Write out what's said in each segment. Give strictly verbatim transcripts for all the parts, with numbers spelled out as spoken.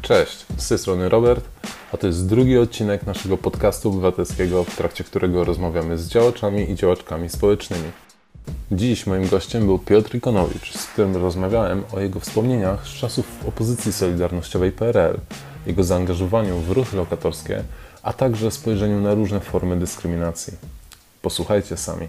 Cześć, z tej strony Robert, a to jest drugi odcinek naszego podcastu obywatelskiego, w trakcie którego rozmawiamy z działaczami i działaczkami społecznymi. Dziś moim gościem był Piotr Ikonowicz, z którym rozmawiałem o jego wspomnieniach z czasów opozycji solidarnościowej P R L, jego zaangażowaniu w ruchy lokatorskie, a także spojrzeniu na różne formy dyskryminacji. Posłuchajcie sami.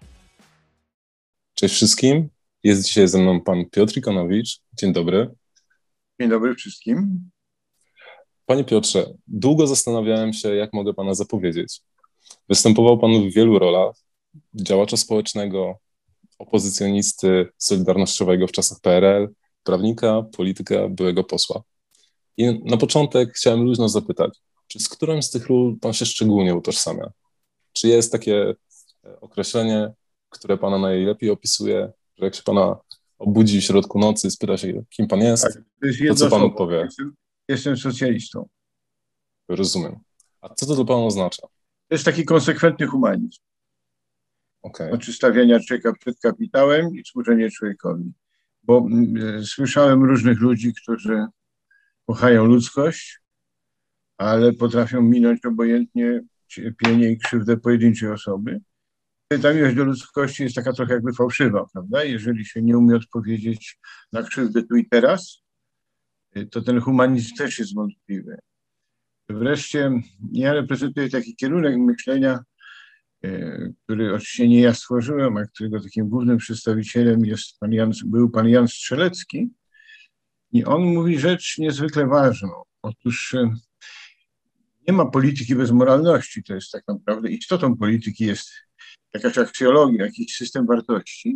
Cześć wszystkim, jest dzisiaj ze mną pan Piotr Ikonowicz. Dzień dobry. Dzień dobry wszystkim. Panie Piotrze, długo zastanawiałem się, jak mogę pana zapowiedzieć. Występował pan w wielu rolach: działacza społecznego, opozycjonisty solidarnościowego w czasach P R L, prawnika, polityka, byłego posła. I na początek chciałem luźno zapytać, czy z którym z tych ról pan się szczególnie utożsamia? Czy jest takie określenie, które pana najlepiej opisuje, że jak się pana obudzi w środku nocy, spyta się, kim pan jest, tak, to, jest to co pan odpowie? Jestem, jestem socjalistą. Rozumiem. A co to dla pana oznacza? To jest taki konsekwentny humanizm. Okay. Znaczy stawiania człowieka przed kapitałem i służenie człowiekowi. Bo y, słyszałem różnych ludzi, którzy kochają ludzkość, ale potrafią minąć obojętnie cierpienie i krzywdę pojedynczej osoby. Ta miłość do ludzkości jest taka trochę jakby fałszywa, prawda? Jeżeli się nie umie odpowiedzieć na krzywdę tu i teraz, to ten humanizm też jest wątpliwy. Wreszcie ja reprezentuję taki kierunek myślenia, który oczywiście nie ja stworzyłem, a którego takim głównym przedstawicielem jest pan Jan, był pan Jan Strzelecki. I on mówi rzecz niezwykle ważną. Otóż nie ma polityki bez moralności. To jest tak naprawdę istotą polityki jest jakaś aksjologia, jakiś system wartości.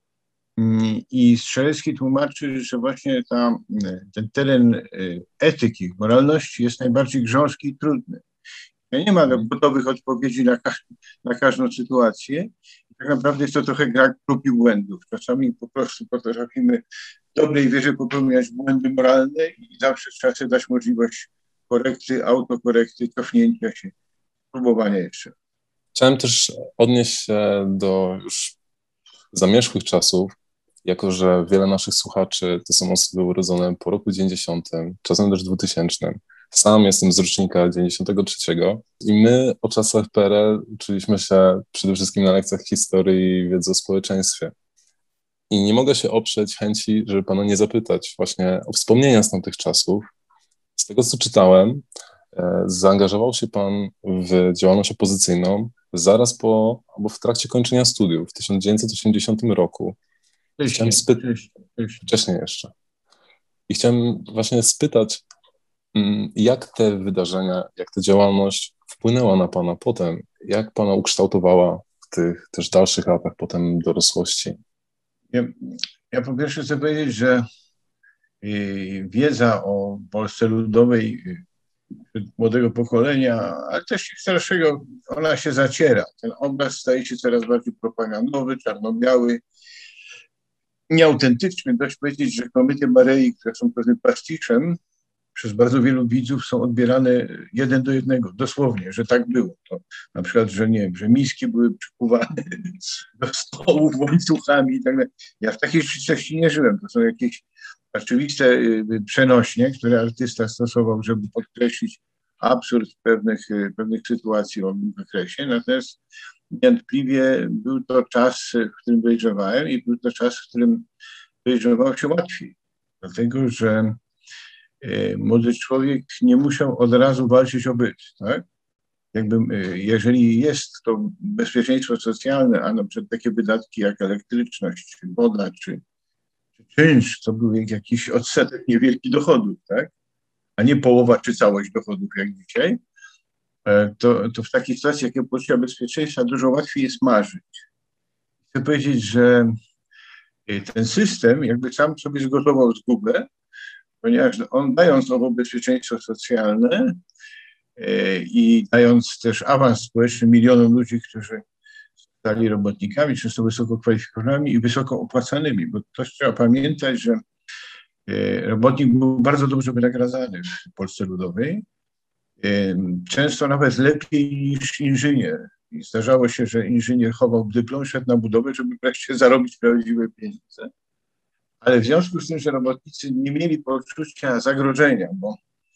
I Strzelecki tłumaczy, że właśnie ta, ten teren etyki, moralności jest najbardziej grząski i trudny. Nie ma gotowych odpowiedzi na, ka na każdą sytuację. I tak naprawdę jest to trochę gra prób i błędów. Czasami po prostu potrafimy w dobrej wierze popełniać błędy moralne i zawsze trzeba sobie dać możliwość korekty, autokorekty, cofnięcia się, próbowania jeszcze. Chciałem też odnieść się do już zamierzchłych czasów, jako że wiele naszych słuchaczy to są osoby urodzone po roku dziewięćdziesiątym, czasem też dwutysięcznym. Sam jestem z rocznika dziewięćdziesiątego trzeciego i my o czasach P R L uczyliśmy się przede wszystkim na lekcjach historii i wiedzy o społeczeństwie. I nie mogę się oprzeć chęci, żeby pana nie zapytać właśnie o wspomnienia z tamtych czasów. Z tego, co czytałem, zaangażował się pan w działalność opozycyjną zaraz po, albo w trakcie kończenia studiów w tysiąc dziewięćset osiemdziesiątym roku. Wcześniej, spy- wcześniej jeszcze. I chciałem właśnie spytać, jak te wydarzenia, jak ta działalność wpłynęła na pana potem, jak pana ukształtowała w tych też dalszych latach potem dorosłości? Ja, ja po pierwsze chcę powiedzieć, że wiedza o Polsce Ludowej młodego pokolenia, ale też i starszego, ona się zaciera. Ten obraz staje się coraz bardziej propagandowy, czarno-biały, nieautentyczny. Dość powiedzieć, że komedie Marei, które są pewnym pastiszem, przez bardzo wielu widzów są odbierane jeden do jednego, dosłownie, że tak było. To na przykład, że nie wiem, że miski były przykuwane do stołów łańcuchami i tak dalej. Ja w takiej rzeczywistości nie żyłem. To są jakieś oczywiste przenośnie, które artysta stosował, żeby podkreślić absurd pewnych, pewnych sytuacji o tym zakresie. Natomiast niewątpliwie był to czas, w którym dojrzewałem i był to czas, w którym dojrzewało się łatwiej. Dlatego, że młody człowiek nie musiał od razu walczyć o byt, tak? Jakby, jeżeli jest to bezpieczeństwo socjalne, a na przykład takie wydatki jak elektryczność, czy woda, czy, czy czynsz, to był jakiś odsetek niewielki dochodów, tak? A nie połowa czy całość dochodów jak dzisiaj, to, to w takiej sytuacji, jakie poczucia bezpieczeństwa, dużo łatwiej jest marzyć. Chcę powiedzieć, że ten system jakby sam sobie zgotował zgubę, ponieważ on, dając owo bezpieczeństwo socjalne e, i dając też awans społeczny milionom ludzi, którzy stali robotnikami, często wysoko kwalifikowanymi i wysoko opłacanymi, bo też trzeba pamiętać, że e, robotnik był bardzo dobrze wynagradzany w Polsce Ludowej, e, często nawet lepiej niż inżynier. I zdarzało się, że inżynier chował dyplom, szedł na budowę, żeby wreszcie zarobić prawdziwe pieniądze. Ale w związku z tym, że robotnicy nie mieli poczucia zagrożenia, bo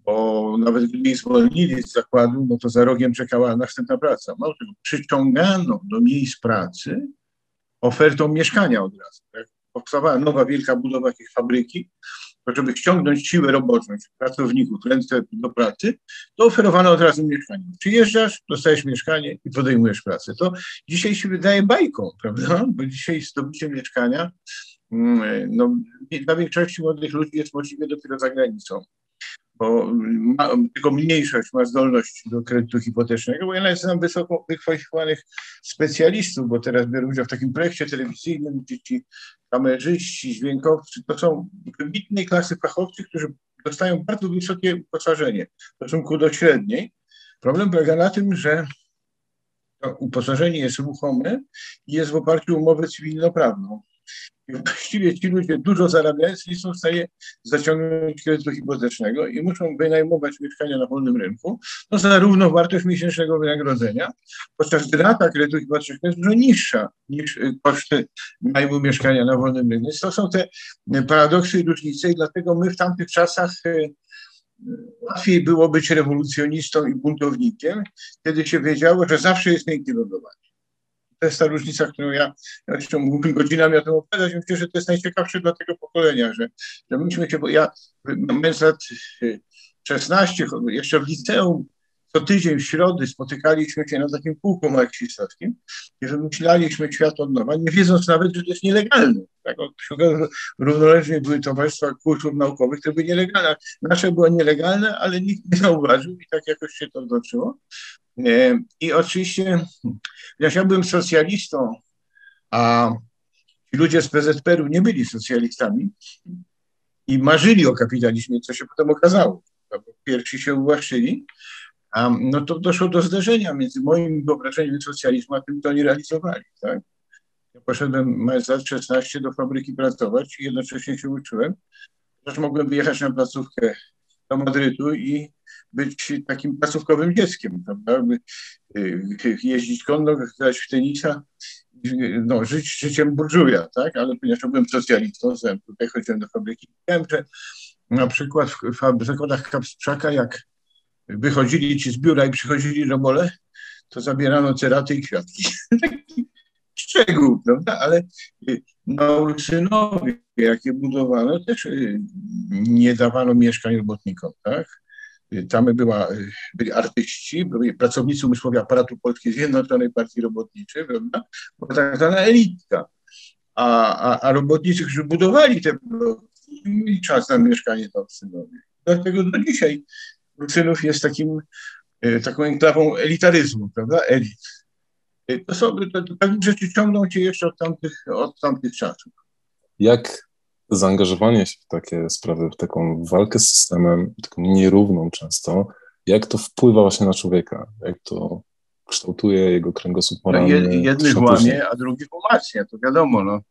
bo nawet gdyby ich zwolnili z zakładu, no to za rogiem czekała następna praca. Mało tego, przyciągano do miejsc pracy ofertą mieszkania od razu. Jak powstawała nowa wielka budowa jakiejś fabryki, to żeby ściągnąć siłę roboczą, pracowników ręce do pracy, to oferowano od razu mieszkanie. Przyjeżdżasz, dostajesz mieszkanie i podejmujesz pracę. To dzisiaj się wydaje bajką, prawda? Bo dzisiaj zdobycie mieszkania no, dla większości młodych ludzi jest możliwe dopiero za granicą, bo ma, tylko mniejszość ma zdolność do kredytu hipotecznego, bo ja nawet znam wysoko wykwalifikowanych specjalistów, bo teraz biorę udział w takim projekcie telewizyjnym, gdzie ci kamerzyści, dźwiękowcy, to są wybitnej klasy fachowcy, którzy dostają bardzo wysokie uposażenie w stosunku do średniej. Problem polega na tym, że to uposażenie jest ruchome i jest w oparciu o umowę cywilnoprawną. I właściwie ci ludzie dużo zarabiając nie są w stanie zaciągnąć kredytu hipotecznego i muszą wynajmować mieszkania na wolnym rynku, no za równą wartość miesięcznego wynagrodzenia, podczas gdy rata kredytu hipotecznego jest dużo niższa niż koszty najmu mieszkania na wolnym rynku. Więc to są te paradoksy i różnice i dlatego my w tamtych czasach łatwiej było być rewolucjonistą i buntownikiem, kiedy się wiedziało, że zawsze jest miękkie lądowanie. To jest ta różnica, którą ja, ja jeszcze mógłbym godzinami o tym opowiadać. Myślę, że to jest najciekawsze dla tego pokolenia, że, że myśmy się, bo ja mając lat szesnaście, jeszcze w liceum, co tydzień w środę spotykaliśmy się na takim kółku marksistowskim i wymyślaliśmy świat od nowa, nie wiedząc nawet, że to jest nielegalne. Tak? Równoleżnie były towarzystwa kursów naukowych, które były nielegalne. Nasze było nielegalne, ale nikt nie zauważył i tak jakoś się to doczyło. I oczywiście, ponieważ ja byłem socjalistą, a ci ludzie z P Z P R u nie byli socjalistami i marzyli o kapitalizmie, co się potem okazało. Pierwsi się uwłaszczyli, a no to doszło do zderzenia między moim wyobrażeniem socjalizmu, a tym, co oni realizowali. Tak? Ja poszedłem, mając lat szesnaście, do fabryki pracować i jednocześnie się uczyłem. Też mogłem wyjechać na placówkę do Madrytu i być takim placówkowym dzieckiem, prawda? Jeździć konno, grać w tenisa, no, żyć życiem burżuja, tak? Ale ponieważ byłem socjalistą, tutaj chodziłem do fabryki, wiem, że na przykład w, w zakładach Kapstrzaka, jak wychodzili ci z biura i przychodzili robole, to zabierano ceraty i kwiatki. Taki szczegół, prawda? Ale na Ursynowie, jakie budowano, też nie dawano mieszkań robotnikom, tak? Tam była, byli artyści, byli pracownicy umysłowi aparatu Polskiej Zjednoczonej Partii Robotniczej, prawda? Była tak zwana elitka. A, a, a robotnicy, którzy budowali te bloki, mieli czas na mieszkanie w Ursynowie. Dlatego do dzisiaj Ursynów jest takim, taką enklawą elitaryzmu, prawda? Elit. To są, to, to, takie rzeczy ciągną cię jeszcze od tamtych, od tamtych czasów. Jak zaangażowanie się w takie sprawy, w taką walkę z systemem, taką nierówną często, jak to wpływa właśnie na człowieka? Jak to kształtuje jego kręgosłup moralny? No, jednych łamie, a drugich umacnia, to wiadomo. No.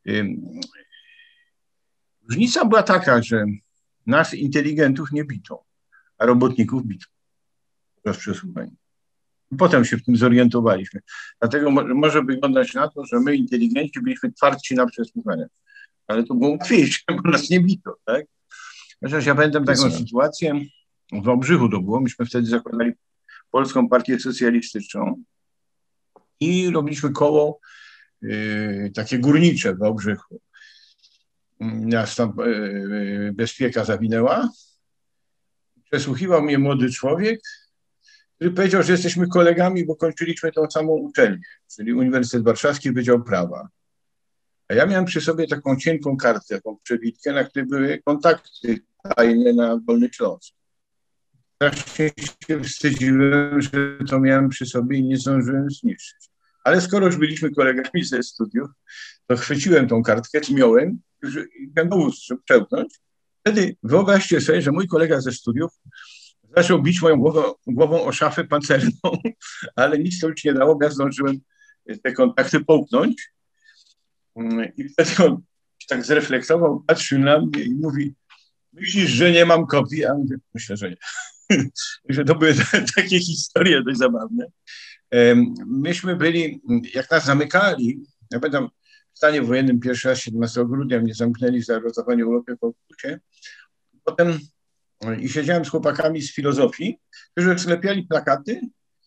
Różnica była taka, że nas inteligentów nie bito, a robotników bito. Raz przesłuchani. Potem się w tym zorientowaliśmy. Dlatego mo może wyglądać na to, że my inteligenci byliśmy twardsi na przesłuchaniach. Ale to było łatwiejsze, bo nas nie bito, tak? Chociaż ja pamiętam taką sytuację, w Wałbrzychu to było, myśmy wtedy zakładali Polską Partię Socjalistyczną i robiliśmy koło y, takie górnicze w Wałbrzychu. Nas tam y, bezpieka zawinęła. Przesłuchiwał mnie młody człowiek, który powiedział, że jesteśmy kolegami, bo kończyliśmy tą samą uczelnię, czyli Uniwersytet Warszawski, Wydział Prawa. A ja miałem przy sobie taką cienką kartę, taką przebitkę, na której były kontakty tajne na Dolny Śląsk. Strasznie się wstydziłem, że to miałem przy sobie i nie zdążyłem zniszczyć. Ale skoro już byliśmy kolegami ze studiów, to chwyciłem tą kartkę, miałem i miałem przełknąć. Wtedy wyobraźcie sobie, że mój kolega ze studiów zaczął bić moją głową, głową o szafę pancerną, ale nic to już nie dało, ja zdążyłem te kontakty połknąć. I wtedy on się tak zreflektował, patrzył na mnie i mówi: myślisz, że nie mam kopii? A ja mówię: myślę, że nie. Że to były takie historie dość zabawne. Myśmy byli, jak nas zamykali, ja pamiętam, w stanie wojennym pierwszy raz siedemnastego grudnia mnie zamknęli za rozdawanie urlopy w autobusie. Potem i siedziałem z chłopakami z filozofii, którzy sklepiali plakaty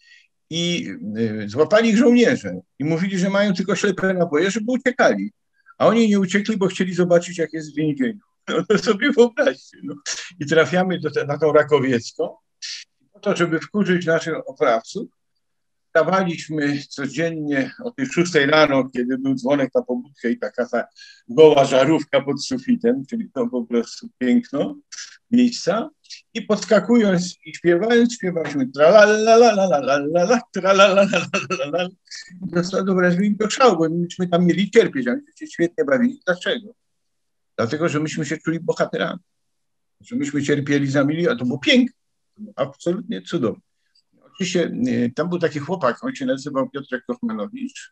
i złapali ich żołnierze i mówili, że mają tylko ślepe naboje, żeby uciekali. A oni nie uciekli, bo chcieli zobaczyć, jak jest w więzieniu. No to sobie wyobraźcie. No. I trafiamy do te, na tą Rakowiecką. Po to, żeby wkurzyć naszych oprawców, stawaliśmy codziennie o tej szóstej rano, kiedy był dzwonek na pobudkę i taka ta goła żarówka pod sufitem, czyli to po prostu piękno miejsca. I podskakując i śpiewając, śpiewaliśmy tralalalalalalala, tralalalalalalala. Zostało wrażenie do szału, bo myśmy tam mieli cierpieć, a myśmy się świetnie bawili. Dlaczego? Dlatego, że myśmy się czuli bohaterami. Że myśmy cierpieli za milion, a to było piękne. Absolutnie cudowne. Oczywiście tam był taki chłopak, on się nazywał Piotrek Kochmanowicz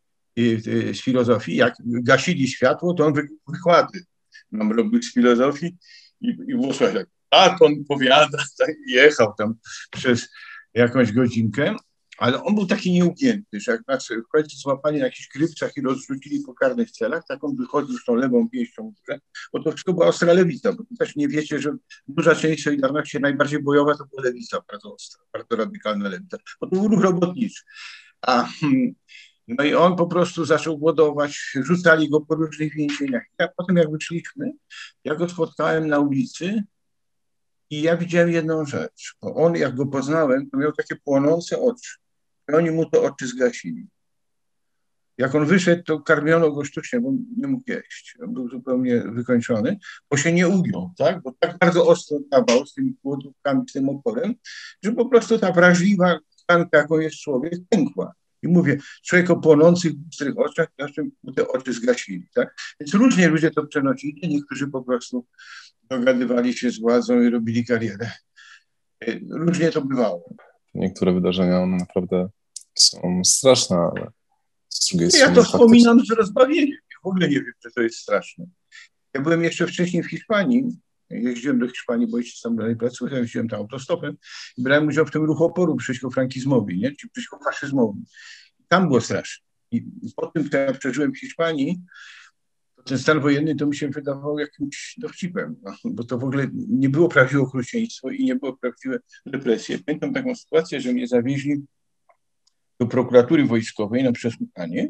z filozofii. Jak gasili światło, to on wykłady nam robił z filozofii i, i było słychać tak, tak on powiada, tak, jechał tam przez jakąś godzinkę, ale on był taki nieugięty, że jak nas w końcu złapali na jakichś krywcach i rozrzucili po karnych celach, tak on wychodził z tą lewą pięścią w górę, bo to wszystko była ostra lewica, bo też nie wiecie, że duża część Solidarności najbardziej bojowa to była lewica, bardzo ostra, bardzo radykalna lewica, bo to był ruch robotniczy. A, no i on po prostu zaczął głodować, rzucali go po różnych więzieniach. A potem jak wyszliśmy, ja go spotkałem na ulicy i ja widziałem jedną rzecz, bo on jak go poznałem, to miał takie płonące oczy. I oni mu te oczy zgasili. Jak on wyszedł, to karmiono go sztucznie, bo nie mógł jeść. On był zupełnie wykończony, bo się nie ugiął, tak? Bo tak bardzo ostro dawał z tymi głodówkami, z tym oporem, że po prostu ta wrażliwa tkanka, jaką jest człowiek, pękła. I mówię, człowiek o płonących, bystrych oczach, znaczy mu te oczy zgasili, tak? Więc różnie ludzie to przenosili, niektórzy po prostu dogadywali się z władzą i robili karierę. Różnie to bywało. Niektóre wydarzenia, one naprawdę są straszne, ale z drugiej strony... Ja to wspominam faktycznie z rozbawieniem. W ogóle nie wiem, czy to jest straszne. Ja byłem jeszcze wcześniej w Hiszpanii. Jeździłem do Hiszpanii, bo ojciec tam dalej pracuje. Ja jeździłem tam autostopem i brałem udział w tym ruchu oporu przeciwko frankizmowi, nie? Czy przeciwko faszyzmowi. Tam było straszne. I po tym, co ja przeżyłem w Hiszpanii, ten stan wojenny to mi się wydawał jakimś dowcipem, no, bo to w ogóle nie było prawdziwe okrucieństwo i nie było prawdziwe represje. Pamiętam taką sytuację, że mnie zawieźli do prokuratury wojskowej na przesłuchanie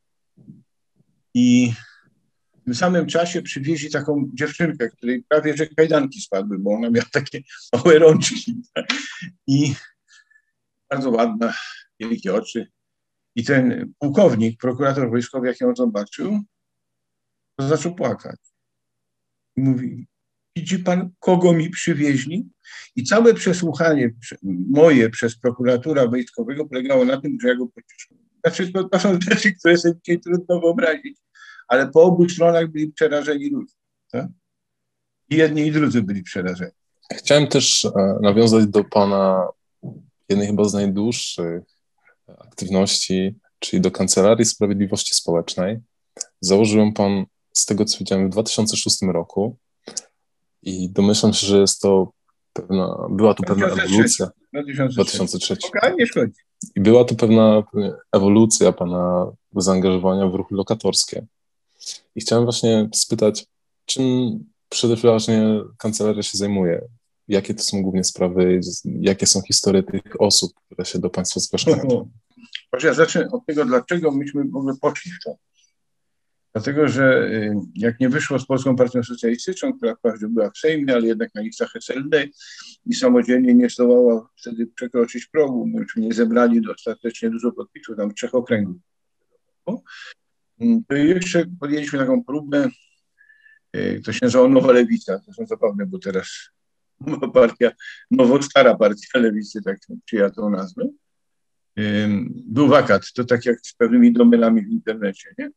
i w tym samym czasie przywieźli taką dziewczynkę, której prawie że kajdanki spadły, bo ona miała takie małe rączki i bardzo ładna, wielkie oczy. I ten pułkownik, prokurator wojskowy, jak ją zobaczył, to zaczął płakać. I mówi, widzi pan, kogo mi przywieźli? I całe przesłuchanie moje przez prokuratora wojskowego polegało na tym, że ja go pocieszyłem. Znaczy, to, to są rzeczy, które sobie dzisiaj trudno wyobrazić, ale po obu stronach byli przerażeni ludzie. Tak? I jedni i drudzy byli przerażeni. Chciałem też nawiązać do pana jednej chyba z najdłuższych aktywności, czyli do Kancelarii Sprawiedliwości Społecznej. Założył ją pan, z tego co widziałem, w dwa tysiące szóstym roku i domyślam się, że jest to pewna, była tu pewna ewolucja. dwa tysiące trzeci. Okay, nie szkodzi. I była tu pewna ewolucja pana zaangażowania w ruchy lokatorskie. I chciałem właśnie spytać, czym przeważnie kancelaria się zajmuje? Jakie to są głównie sprawy, jakie są historie tych osób, które się do państwa zgłaszają? Może ja zacznę od tego, dlaczego myśmy w ogóle poszli w to. Dlatego, że jak nie wyszło z Polską Partią Socjalistyczną, która wprawdzie była w Sejmie, ale jednak na listach S L D i samodzielnie nie zdołała wtedy przekroczyć progu, myśmy nie zebrali dostatecznie dużo podpisów, tam trzech okręgów. To jeszcze podjęliśmy taką próbę, to się nazywało Nowa Lewica, to są zabawne, bo teraz nowa partia, nowo-stara partia lewicy, tak czyja tą nazwę. Był wakat, to tak jak z pewnymi domylami w internecie, nie?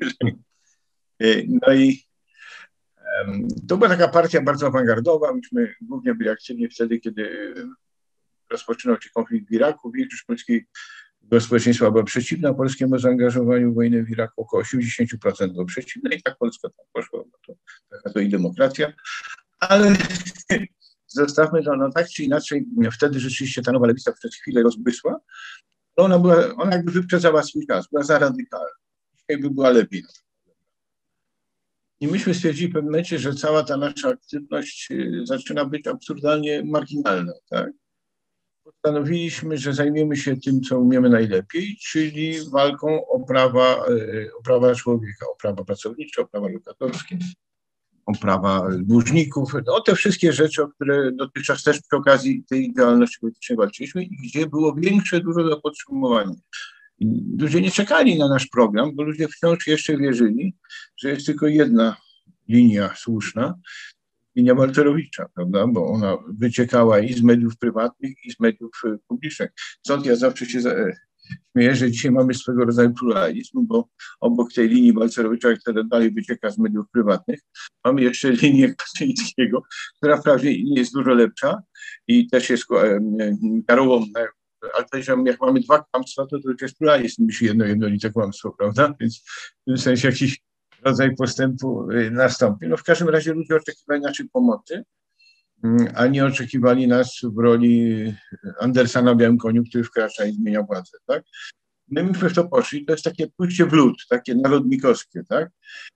No i to była taka partia bardzo awangardowa, myśmy głównie byli aktywni wtedy, kiedy rozpoczynał się konflikt w Iraku. Większość polskiego społeczeństwa była przeciwna polskiemu zaangażowaniu w wojnę w Iraku, około osiemdziesiąt procent było przeciwne i tak Polska tam poszła, bo to taka to i demokracja, ale zostawmy to, no tak czy inaczej, wtedy rzeczywiście ta Nowa Lewica przez chwilę rozbysła, to ona była, ona jakby wyprzedzała swój czas, była za radykalna. Dzisiaj by była lepiej. I myśmy stwierdzili w pewnym momencie, że cała ta nasza aktywność zaczyna być absurdalnie marginalna, tak? Postanowiliśmy, że zajmiemy się tym, co umiemy najlepiej, czyli walką o prawa, o prawa człowieka, o prawa pracownicze, o prawa lokatorskie, o prawa dłużników, o te wszystkie rzeczy, o które dotychczas też przy okazji tej działalności politycznej walczyliśmy i gdzie było większe dużo zapotrzebowanie. Ludzie nie czekali na nasz program, bo ludzie wciąż jeszcze wierzyli, że jest tylko jedna linia słuszna, linia Balcerowicza, prawda, bo ona wyciekała i z mediów prywatnych, i z mediów publicznych. Stąd ja zawsze się śmieję, że dzisiaj mamy swego rodzaju pluralizm, bo obok tej linii Balcerowicza, która dalej wycieka z mediów prywatnych, mamy jeszcze linię Kaczyńskiego, która wprawdzie jest dużo lepsza i też jest karołomna, ale też jak mamy dwa kłamstwa, to to już jest pluralizm, niż jedno jednolite kłamstwo, prawda? Więc w tym sensie jakiś rodzaj postępu nastąpi. No w każdym razie ludzie oczekiwali naszej pomocy, a nie oczekiwali nas w roli Andersa na białym koniu, który wkracza i zmienia władzę, tak? My myśmy w to poszli, to jest takie pójście w lód, takie narodnikowskie, tak?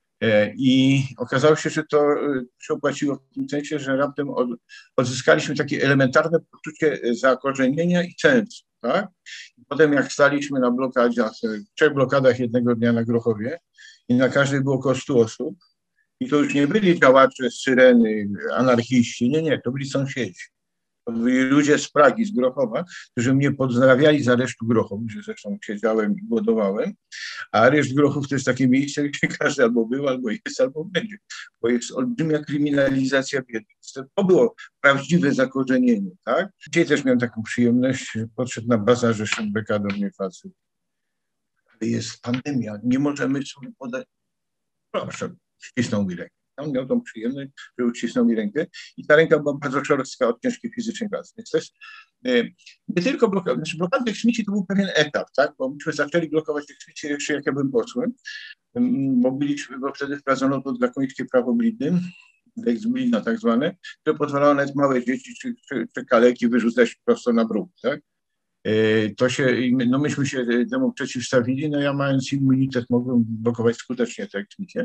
I okazało się, że to się opłaciło w tym sensie, że raptem odzyskaliśmy takie elementarne poczucie zakorzenienia i sensu, tak? I potem jak staliśmy na blokadzie, w trzech blokadach jednego dnia na Grochowie i na każdej było około stu osób, i to już nie byli działacze z Syreny, anarchiści, nie, nie, to byli sąsiedzi. To byli ludzie z Pragi, z Grochowa, którzy mnie pozdrawiali z aresztu Grochów, gdzie zresztą siedziałem i głodowałem, a areszt Grochów to jest takie miejsce, gdzie każdy albo był, albo jest, albo będzie, bo jest olbrzymia kryminalizacja biedy. To było prawdziwe zakorzenienie, tak? Dzisiaj też miałem taką przyjemność, podszedł na bazarze Szembeka do mnie facet. Ale jest pandemia, nie możemy sobie podać. Proszę, ścisnął mi rękę. On miał tą przyjemność, że uścisnął mi rękę i ta ręka była bardzo szorstka od ciężkiej fizycznej pracy. Więc to jest e, nie tylko blokada, znaczy blokada tych śmieci to był pewien etap, tak? Bo myśmy zaczęli blokować tych śmieci jeszcze jak ja bym posłem, bo byliśmy, bo wtedy wprowadzono to drakońskie prawo Blidy, Lex Blina tak zwane, które pozwalało nawet małe dzieci czy, czy, czy kaleki wyrzucać prosto na bruk, tak? E, to się, no myśmy się temu przeciwstawili, no ja mając immunitet mogłem blokować skutecznie te śmiecie.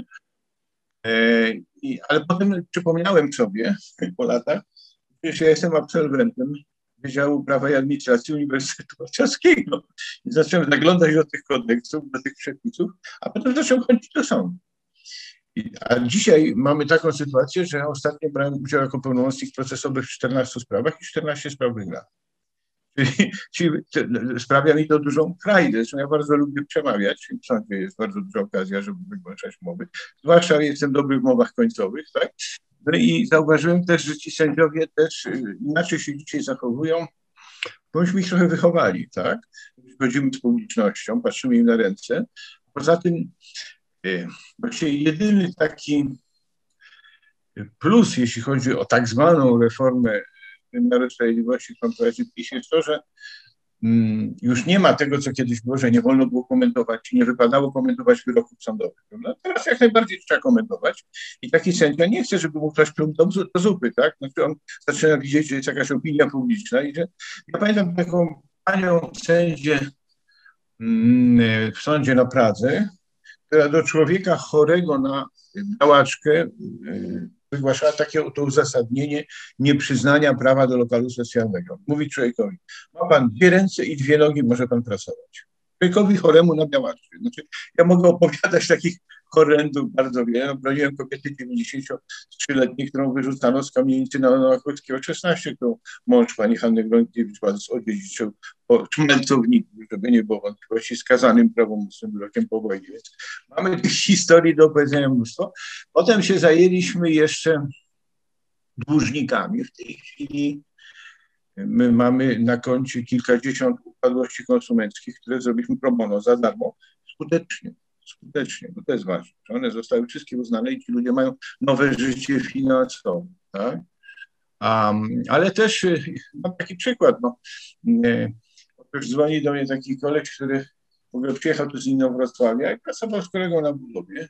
I, ale potem przypomniałem sobie po latach, że ja jestem absolwentem Wydziału Prawa i Administracji Uniwersytetu Warszawskiego i zacząłem zaglądać do tych kodeksów, do tych przepisów, a potem zacząłem chodzić do sądu. I, a dzisiaj mamy taką sytuację, że ja ostatnio brałem udział jako pełnomocnik procesowy w czternastu sprawach i czternaście spraw wygrałem. Czyli, czyli sprawia mi to dużą frajdę. Zresztą ja bardzo lubię przemawiać. W sądzie jest bardzo duża okazja, żeby wygłaszać mowy. Zwłaszcza jestem dobry w mowach końcowych, tak? No i zauważyłem też, że ci sędziowie też inaczej się dzisiaj zachowują, bo myśmy ich trochę wychowali, tak? Chodzimy z publicznością, patrzymy im na ręce. Poza tym właściwie jedyny taki plus, jeśli chodzi o tak zwaną reformę wymiaru sprawiedliwości, którą prowadzi PiS, jest to, że mm, już nie ma tego, co kiedyś było, że nie wolno było komentować, czy nie wypadało komentować wyroków sądowych. No, teraz jak najbardziej trzeba komentować i taki sędzia nie chce, żeby mu ktoś pluł do, do zupy, tak? Znaczy on zaczyna widzieć, że jest jakaś opinia publiczna i że ja pamiętam taką panią sędzię mm, w sądzie na Pradze, która do człowieka chorego na białaczkę yy, wygłaszała takie to uzasadnienie nieprzyznania prawa do lokalu socjalnego. Mówi człowiekowi, ma pan dwie ręce i dwie nogi, może pan pracować. Człowiekowi choremu na białaczkę. Znaczy, ja mogę opowiadać takich horrendów bardzo wiele. Broniłem kobiety dziewięćdziesięciotrzyletniej, którą wyrzucano z kamienicy na Nowakowieckiego szesnaście, którą mąż pani Hanny Gronkiewicz odziedziczył po szmelcowniku, żeby nie było wątpliwości, skazanym prawomocnym wyrokiem po wojnie. Więc mamy tych historii do opowiedzenia mnóstwo. Potem się zajęliśmy jeszcze dłużnikami. W tej chwili my mamy na koncie kilkadziesiąt upadłości konsumenckich, które zrobiliśmy pro bono, za darmo, skutecznie. Skutecznie, bo to jest ważne, że one zostały wszystkie uznane i ci ludzie mają nowe życie finansowe, tak? Um, ale też mam taki przykład, no, otóż dzwoni do mnie taki koleś, który w ogóle przyjechał tu z inną Wrocławia i pracował z kolegą na budowie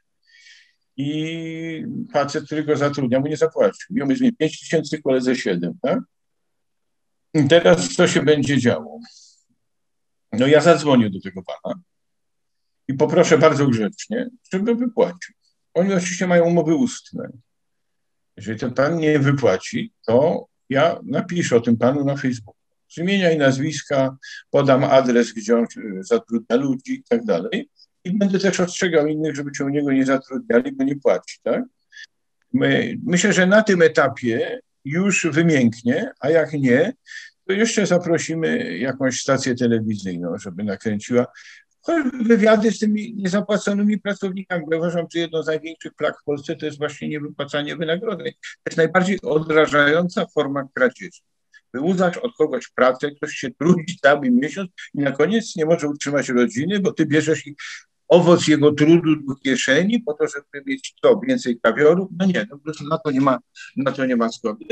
i facet, który go zatrudniał, mu nie zapłacił. I on mówi, pięć tysięcy, koledze siedem, tak? I teraz co się będzie działo? No ja zadzwonię do tego pana i poproszę bardzo grzecznie, żeby wypłacił. oni oczywiście mają umowy ustne. Jeżeli ten pan nie wypłaci, to ja napiszę o tym panu na Facebooku. Z imienia i nazwiska, podam adres, gdzie on zatrudnia ludzi i tak dalej. I będę też ostrzegał innych, żeby się u niego nie zatrudniali, bo nie płaci, tak? My, myślę, że na tym etapie już wymięknie, a jak nie, to jeszcze zaprosimy jakąś stację telewizyjną, żeby nakręciła wywiady z tymi niezapłaconymi pracownikami. Bo ja uważam, że jedną z największych plag w Polsce to jest właśnie niewypłacanie wynagrodzeń. To jest najbardziej odrażająca forma kradzieży. Wyłudzasz od kogoś pracę, ktoś się trudzi cały miesiąc i na koniec nie może utrzymać rodziny, bo ty bierzesz owoc jego trudu do kieszeni po to, żeby mieć co, więcej kawiorów. No nie, no po prostu na to nie ma, na to nie ma zgody.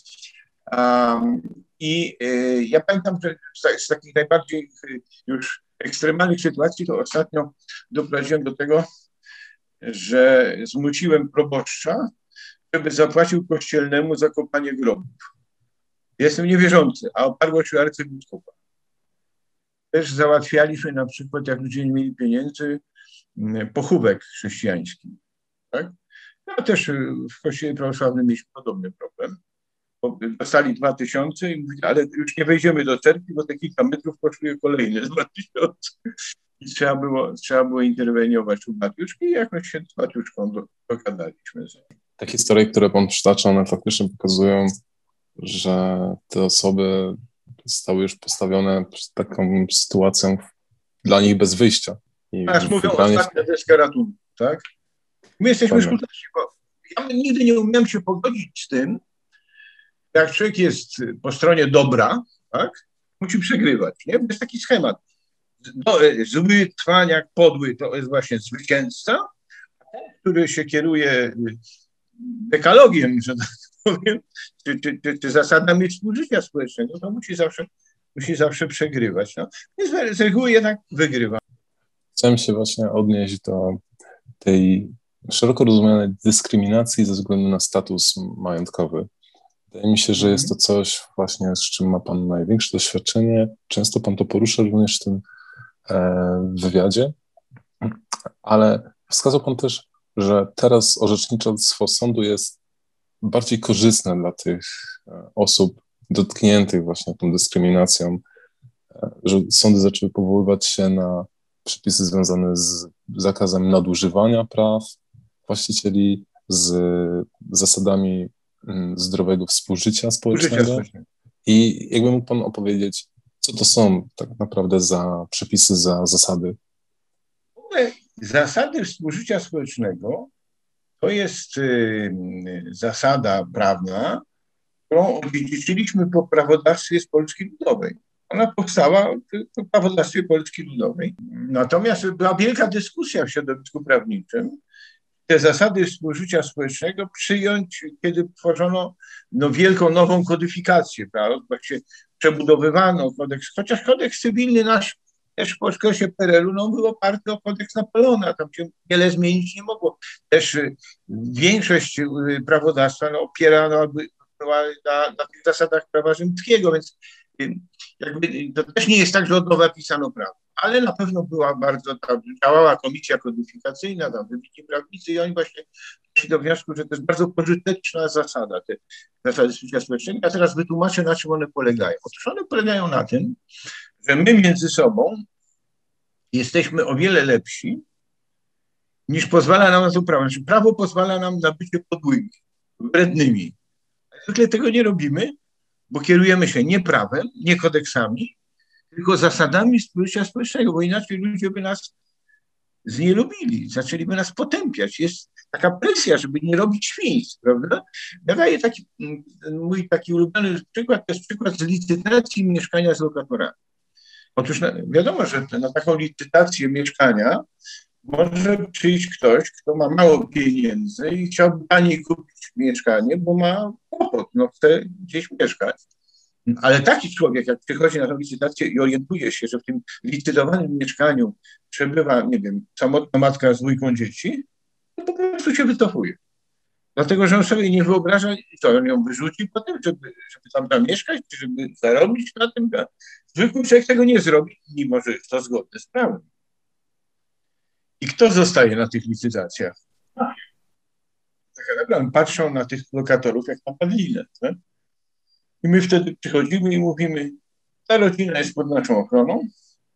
Um, I y, ja pamiętam, że z, z takich najbardziej y, już ekstremalnych sytuacji to ostatnio doprowadziłem do tego, że zmusiłem proboszcza, żeby zapłacił kościelnemu za kopanie grobów. Jestem niewierzący, a oparło się arcybiskupa. Też załatwialiśmy na przykład, jak ludzie nie mieli pieniędzy, pochówek chrześcijański. Tak? No też w kościele prawosławnym mieliśmy podobny problem. Dostali dwa tysiące i mówili, ale już nie wejdziemy do cerkwi, bo te kilka metrów kosztuje kolejne dwa tysiące. I trzeba było, trzeba było interweniować u Batiuszki i jakoś się z Batiuszką do, dogadaliśmy. Te historie, które pan przytacza, one faktycznie pokazują, że te osoby zostały już postawione przed taką sytuacją dla nich bez wyjścia. I Aż mówią wybranie... ostatnia deska ratunku, tak? My jesteśmy skuteczni, bo ja nigdy nie umiałem się pogodzić z tym, jak człowiek jest po stronie dobra, tak, musi przegrywać, nie? To jest taki schemat. No, zły trwaniak, podły to jest właśnie zwycięzca, a ten, który się kieruje dekalogiem, że tak powiem, czy, czy, czy, czy zasadami współżycia społecznego, to musi zawsze, musi zawsze przegrywać. No. Więc z reguły jednak wygrywa. Chciałem się właśnie odnieść do tej szeroko rozumianej dyskryminacji ze względu na status majątkowy. Wydaje mi się, że jest to coś właśnie, z czym ma pan największe doświadczenie. Często pan to porusza również w tym e, wywiadzie, ale wskazał pan też, że teraz orzecznictwo sądu jest bardziej korzystne dla tych e, osób dotkniętych właśnie tą dyskryminacją, e, że sądy zaczęły powoływać się na przepisy związane z zakazem nadużywania praw właścicieli, z zasadami zdrowego współżycia społecznego. I jakby mógł pan opowiedzieć, co to są tak naprawdę za przepisy, za zasady? Zasady współżycia społecznego to jest y, zasada prawna, którą odziedziczyliśmy po prawodawstwie z Polski Ludowej. Ona powstała w prawodawstwie Polski Ludowej. Natomiast była wielka dyskusja w środowisku prawniczym, te zasady współżycia społecznego przyjąć, kiedy tworzono no, wielką nową kodyfikację, prawda? Właśnie przebudowywano kodeks, chociaż kodeks cywilny nasz też w okresie P R L u no, był oparty o kodeks Napoleona, tam się wiele zmienić nie mogło. Też y, większość y, prawodawstwa no, opierano była na, na tych zasadach prawa rzymskiego, więc y, jakby to też nie jest tak, że od nowa pisano prawo. Ale na pewno była bardzo, tam działała komisja kodyfikacyjna, tam wybitni prawnicy i oni właśnie doszli do wniosku, że to jest bardzo pożyteczna zasada, te zasady współżycia społecznego. Ja teraz wytłumaczę, na czym one polegają. Otóż one polegają na tym, że my między sobą jesteśmy o wiele lepsi, niż pozwala nam na to prawo. Znaczy, prawo pozwala nam na bycie podłymi, wrednymi. Zwykle tego nie robimy, bo kierujemy się nie prawem, nie kodeksami, tylko zasadami współżycia społecznego, bo inaczej ludzie by nas znielubili, zaczęliby nas potępiać. Jest taka presja, żeby nie robić świństw, prawda? Ja daję taki, mój taki ulubiony przykład, to jest przykład z licytacji mieszkania z lokatorami. Otóż na, wiadomo, że na taką licytację mieszkania może przyjść ktoś, kto ma mało pieniędzy i chciałby taniej kupić mieszkanie, bo ma kłopot, no chce gdzieś mieszkać. Ale taki człowiek, jak przychodzi na tę licytację i orientuje się, że w tym licytowanym mieszkaniu przebywa, nie wiem, samotna matka z dwójką dzieci, to po prostu się wycofuje. Dlatego, że on sobie nie wyobraża, co on ją wyrzuci potem, żeby, żeby tam zamieszkać, czy żeby zarobić na tym. Zwykły człowiek tego nie zrobi, mimo że jest to zgodne z prawem. I kto zostaje na tych licytacjach? taka naprawdę, patrzą na tych lokatorów jak na padlinę. Tak? I my wtedy przychodzimy i mówimy, ta rodzina jest pod naszą ochroną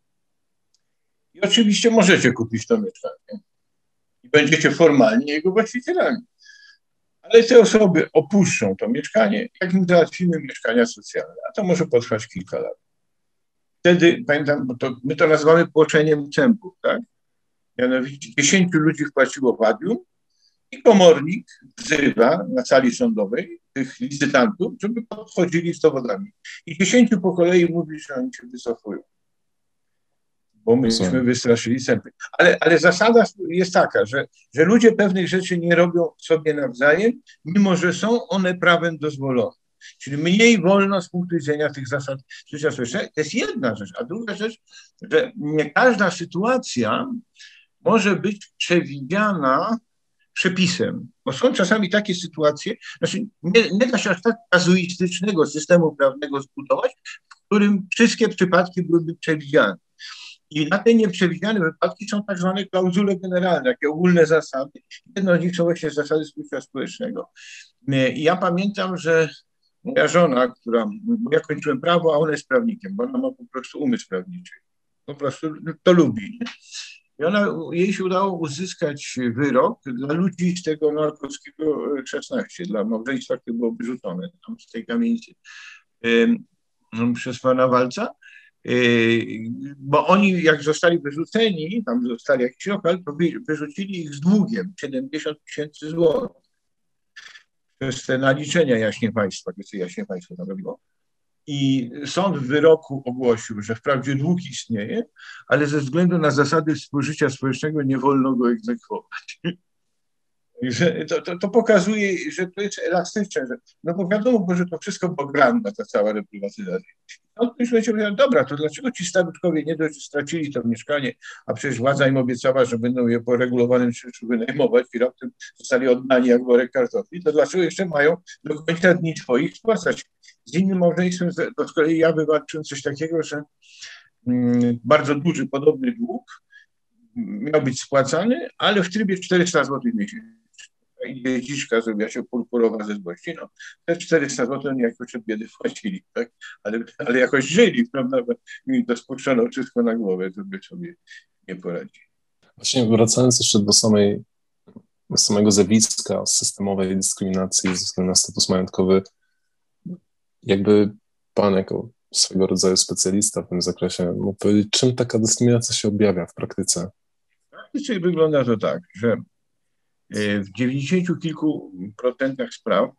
i oczywiście możecie kupić to mieszkanie i będziecie formalnie jego właścicielami. Ale te osoby opuszczą to mieszkanie, jak im załatwimy mieszkania socjalne, a to może potrwać kilka lat. Wtedy, pamiętam, bo to, my to nazywamy płoczeniem cępów, tak? Mianowicie dziesięciu ludzi wpłaciło wadium i komornik wzywa na sali sądowej tych licytantów, żeby podchodzili z dowodami. I dziesięciu po kolei mówi, że oni się wycofują, bo myśmy wystraszyli sępy. Ale, ale zasada jest taka, że, że ludzie pewnych rzeczy nie robią sobie nawzajem, mimo że są one prawem dozwolone. Czyli mniej wolno z punktu widzenia tych zasad życia społecznego. To jest jedna rzecz. A druga rzecz, że nie każda sytuacja może być przewidziana przepisem, bo są czasami takie sytuacje, znaczy nie, nie da się aż tak kazuistycznego systemu prawnego zbudować, w którym wszystkie przypadki byłyby przewidziane. I na te nieprzewidziane wypadki są tak zwane klauzule generalne, takie ogólne zasady. Jedną z nich są właśnie zasady współżycia społecznego. I ja pamiętam, że moja żona, która, bo ja kończyłem prawo, a ona jest prawnikiem, bo ona ma po prostu umysł prawniczy. Po prostu to lubi. I ona, jej się udało uzyskać wyrok dla ludzi z tego Noakowskiego szesnaście, dla małżeństwa, które było wyrzucone tam z tej kamienicy yy, przez pana Walca. Bo oni jak zostali wyrzuceni, tam zostali jakiś lokal, to wyrzucili ich z długiem siedemdziesiąt tysięcy złotych. Przez te naliczenia jaśnie państwa, które jaśnie państwo tam robiło. I sąd w wyroku ogłosił, że wprawdzie dług istnieje, ale ze względu na zasady współżycia społecznego nie wolno go egzekwować. To, to, to pokazuje, że to jest elastyczne, że, no bo wiadomo, że to wszystko było granda, ta cała reprywatyzacja. No ktoś będzie powiedział, dobra, to dlaczego ci staruszkowie nie dość, że stracili to mieszkanie, a przecież władza im obiecała, że będą je po regulowanym czynszu wynajmować i raptem zostali oddani jak worek kartofli, to dlaczego jeszcze mają do końca dni swoich spłacać? Z innym małżeństwem to z kolei ja wywalczyłem coś takiego, że mm, bardzo duży, podobny dług miał być spłacany, ale w trybie czterysta złotych miesięcznie. I dziedziczka zrobiła się purpurowa ze złości, no te czterysta złotych oni jakoś od biedy płacili, tak? Ale, ale jakoś żyli, prawda? I to spuszczono wszystko na głowę, żeby sobie nie poradzić. Właśnie wracając jeszcze do samej, do samego zjawiska systemowej dyskryminacji ze względu na status majątkowy, jakby pan jako swego rodzaju specjalista w tym zakresie mógł powiedzieć, czym taka dyskryminacja się objawia w praktyce? Praktycznie wygląda to tak, że w dziewięćdziesięciu kilku procentach spraw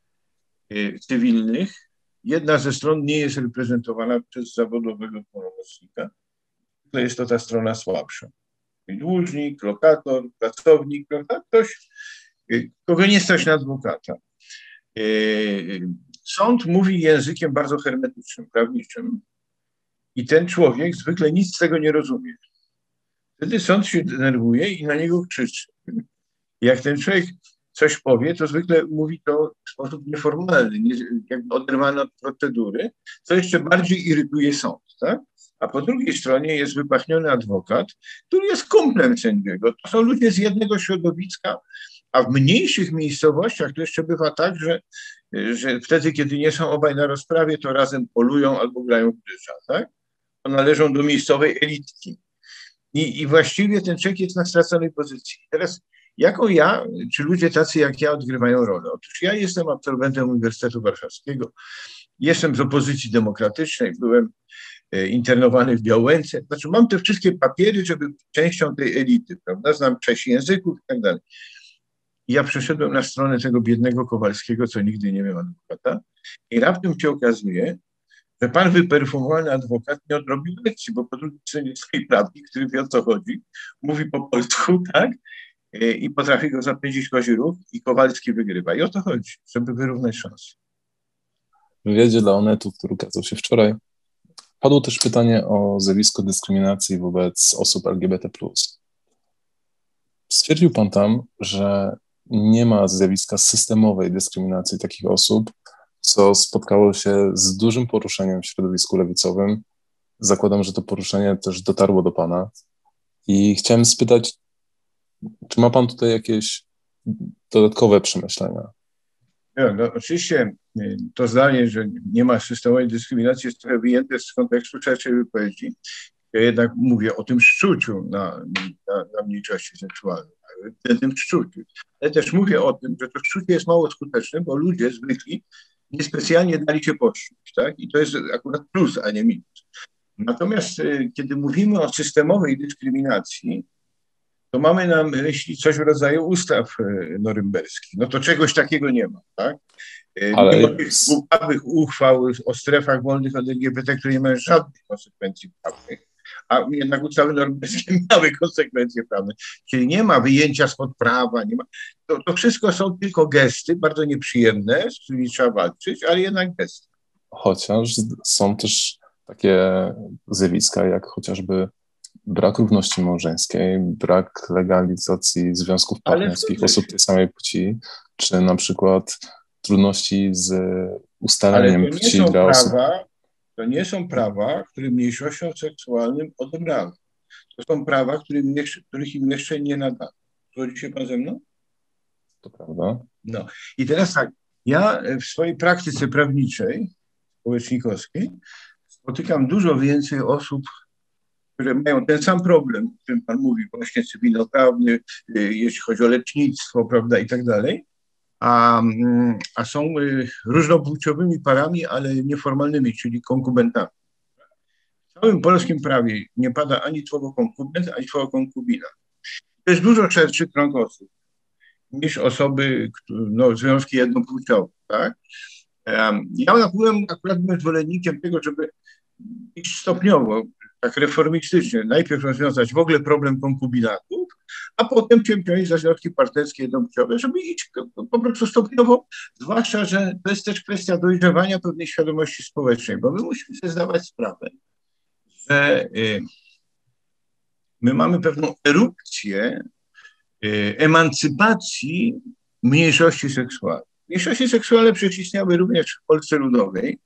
cywilnych jedna ze stron nie jest reprezentowana przez zawodowego pełnomocnika. To jest to ta strona słabsza. Dłużnik, lokator, pracownik, prawda? Ktoś, kogo nie stać na adwokata. Sąd mówi językiem bardzo hermetycznym, prawniczym i ten człowiek zwykle nic z tego nie rozumie. Wtedy sąd się denerwuje i na niego krzyczy. Jak ten człowiek coś powie, to zwykle mówi to w sposób nieformalny, nie, jakby oderwany od procedury, co jeszcze bardziej irytuje sąd. Tak? A po drugiej stronie jest wypachniony adwokat, który jest kumplem sędziego. To są ludzie z jednego środowiska, a w mniejszych miejscowościach to jeszcze bywa tak, że, że wtedy, kiedy nie są obaj na rozprawie, to razem polują albo grają w dysza. Tak? To należą do miejscowej elitki. I, I właściwie ten człowiek jest na straconej pozycji. Teraz jaką ja, czy ludzie tacy jak ja odgrywają rolę? Otóż ja jestem absolwentem Uniwersytetu Warszawskiego, jestem z opozycji demokratycznej, byłem internowany w Białęce, znaczy mam te wszystkie papiery, żeby być częścią tej elity, prawda? Znam sześć języków i tak dalej. I ja przeszedłem na stronę tego biednego Kowalskiego, co nigdy nie miał adwokata i raptem się okazuje, że pan wyperfumowany adwokat nie odrobił lekcji, bo po drugiej stronie jest swój prawnik, który wie o co chodzi, mówi po polsku, tak? I potrafi go zapędzić kozi ruch i Kowalski wygrywa. I o to chodzi, żeby wyrównać szanse. W wywiadzie dla Onetu, który ukazał się wczoraj, padło też pytanie o zjawisko dyskryminacji wobec osób L G B T plus. Stwierdził pan tam, że nie ma zjawiska systemowej dyskryminacji takich osób, co spotkało się z dużym poruszeniem w środowisku lewicowym. Zakładam, że to poruszenie też dotarło do pana. I chciałem spytać, czy ma pan tutaj jakieś dodatkowe przemyślenia. Ja, no, oczywiście to zdanie, że nie ma systemowej dyskryminacji, jest trochę wyjęte z kontekstu szerszej wypowiedzi. Ja jednak mówię o tym szczuciu na, na, na mniejszości seksualne, o tym szczuciu. Ale też mówię o tym, że to szczucie jest mało skuteczne, bo ludzie zwykli niespecjalnie dali się poszczuć, tak? I to jest akurat plus, a nie minus. Natomiast kiedy mówimy o systemowej dyskryminacji, to mamy na myśli coś w rodzaju ustaw norymberskich. No to czegoś takiego nie ma, tak? Ale mimo tych głupawych uchwał o strefach wolnych od L G B T, które nie mają żadnych konsekwencji prawnych, a jednak ustawy norymberskie miały konsekwencje prawne, czyli nie ma wyjęcia spod prawa, nie ma, to, to wszystko są tylko gesty, bardzo nieprzyjemne, z którymi trzeba walczyć, ale jednak gesty. Chociaż są też takie zjawiska, jak chociażby brak równości małżeńskiej, brak legalizacji związków partnerskich osób tej samej płci, czy na przykład trudności z ustaleniem płci dla osób. To nie są prawa, które mniejszościom seksualnym odebrano. To są prawa, którym jeszcze, których im jeszcze nie nadano. Zgodzi się pan ze mną? To prawda. No i teraz tak, ja w swojej praktyce prawniczej, społecznikowskiej, spotykam dużo więcej osób, które mają ten sam problem, o którym pan mówi, właśnie cywilnoprawny, jeśli chodzi o lecznictwo, prawda, i tak dalej, a, a są różnopłciowymi parami, ale nieformalnymi, czyli konkubentami. W całym polskim prawie nie pada ani słowo konkubent, ani słowo konkubina. To jest dużo szerszy krąg osób niż osoby, no, związki jednopłciowe, tak? Ja byłem akurat byłem zwolennikiem tego, żeby iść stopniowo, tak reformistycznie, najpierw rozwiązać w ogóle problem konkubinatów, a potem ciempiąć za związki partnerskie jednopłciowe, żeby iść po prostu stopniowo, zwłaszcza, że to jest też kwestia dojrzewania pewnej świadomości społecznej, bo my musimy sobie zdawać sprawę, że my mamy pewną erupcję emancypacji mniejszości seksualnej. Mniejszości seksualne przecież istniały również w Polsce Ludowej.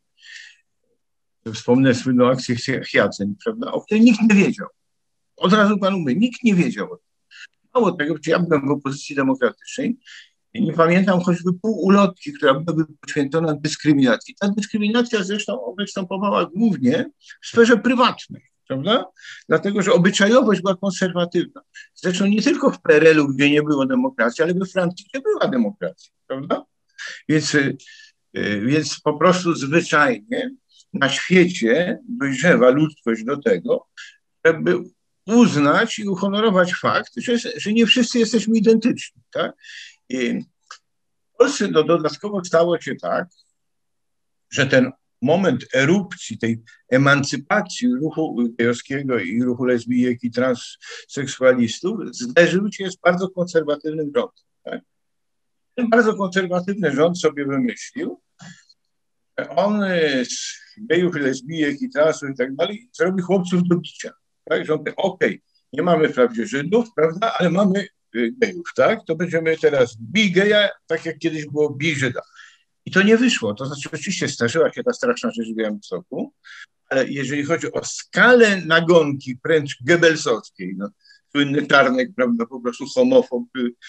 Wspomnę słynną akcję Hyacynt, prawda, o której nikt nie wiedział. Od razu panu mówię, nikt nie wiedział o tym. Mało tego, czy ja byłem w opozycji demokratycznej i nie pamiętam choćby pół ulotki, która byłaby poświęcona dyskryminacji. Ta dyskryminacja zresztą występowała głównie w sferze prywatnej, prawda? Dlatego, że obyczajowość była konserwatywna. Zresztą nie tylko w P R L u, gdzie nie było demokracji, ale we Francji, gdzie była demokracja, prawda? Więc, więc po prostu zwyczajnie na świecie dojrzewa ludzkość do tego, żeby uznać i uhonorować fakt, że, że nie wszyscy jesteśmy identyczni. Tak? I w Polsce no, dodatkowo stało się tak, że ten moment erupcji, tej emancypacji ruchu gejowskiego i ruchu lesbijek i transseksualistów zderzył się z bardzo konserwatywnym rządem. Tak? Ten bardzo konserwatywny rząd sobie wymyślił, że on z gejów, lesbijek i transów i tak dalej zrobi chłopców do bicia. Tak? Że on mówi, okej, okay, nie mamy wprawdzie Żydów, prawda, ale mamy gejów, tak? To będziemy teraz bij geja, tak jak kiedyś było bij Żyda. I to nie wyszło. To znaczy oczywiście zdarzyła się ta straszna rzecz w Białymstoku, ale jeżeli chodzi o skalę nagonki wręcz gebelsowskiej, no, słynny Czarnek, prawda, po prostu homofob,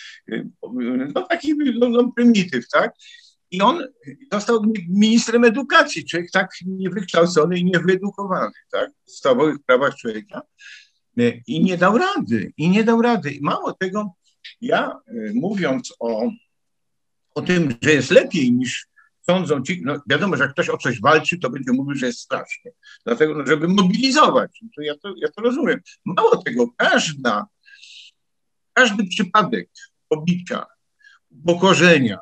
no taki no, no, prymityw, tak? I on został ministrem edukacji, człowiek tak niewykształcony i niewyedukowany, tak? W podstawowych prawach człowieka. I nie dał rady, i nie dał rady. I mało tego, ja mówiąc o, o tym, że jest lepiej niż sądzą ci, no wiadomo, że jak ktoś o coś walczy, to będzie mówił, że jest strasznie. Dlatego, no, żeby mobilizować, to ja, to ja to rozumiem. Mało tego, każda, każdy przypadek pobicia, upokorzenia,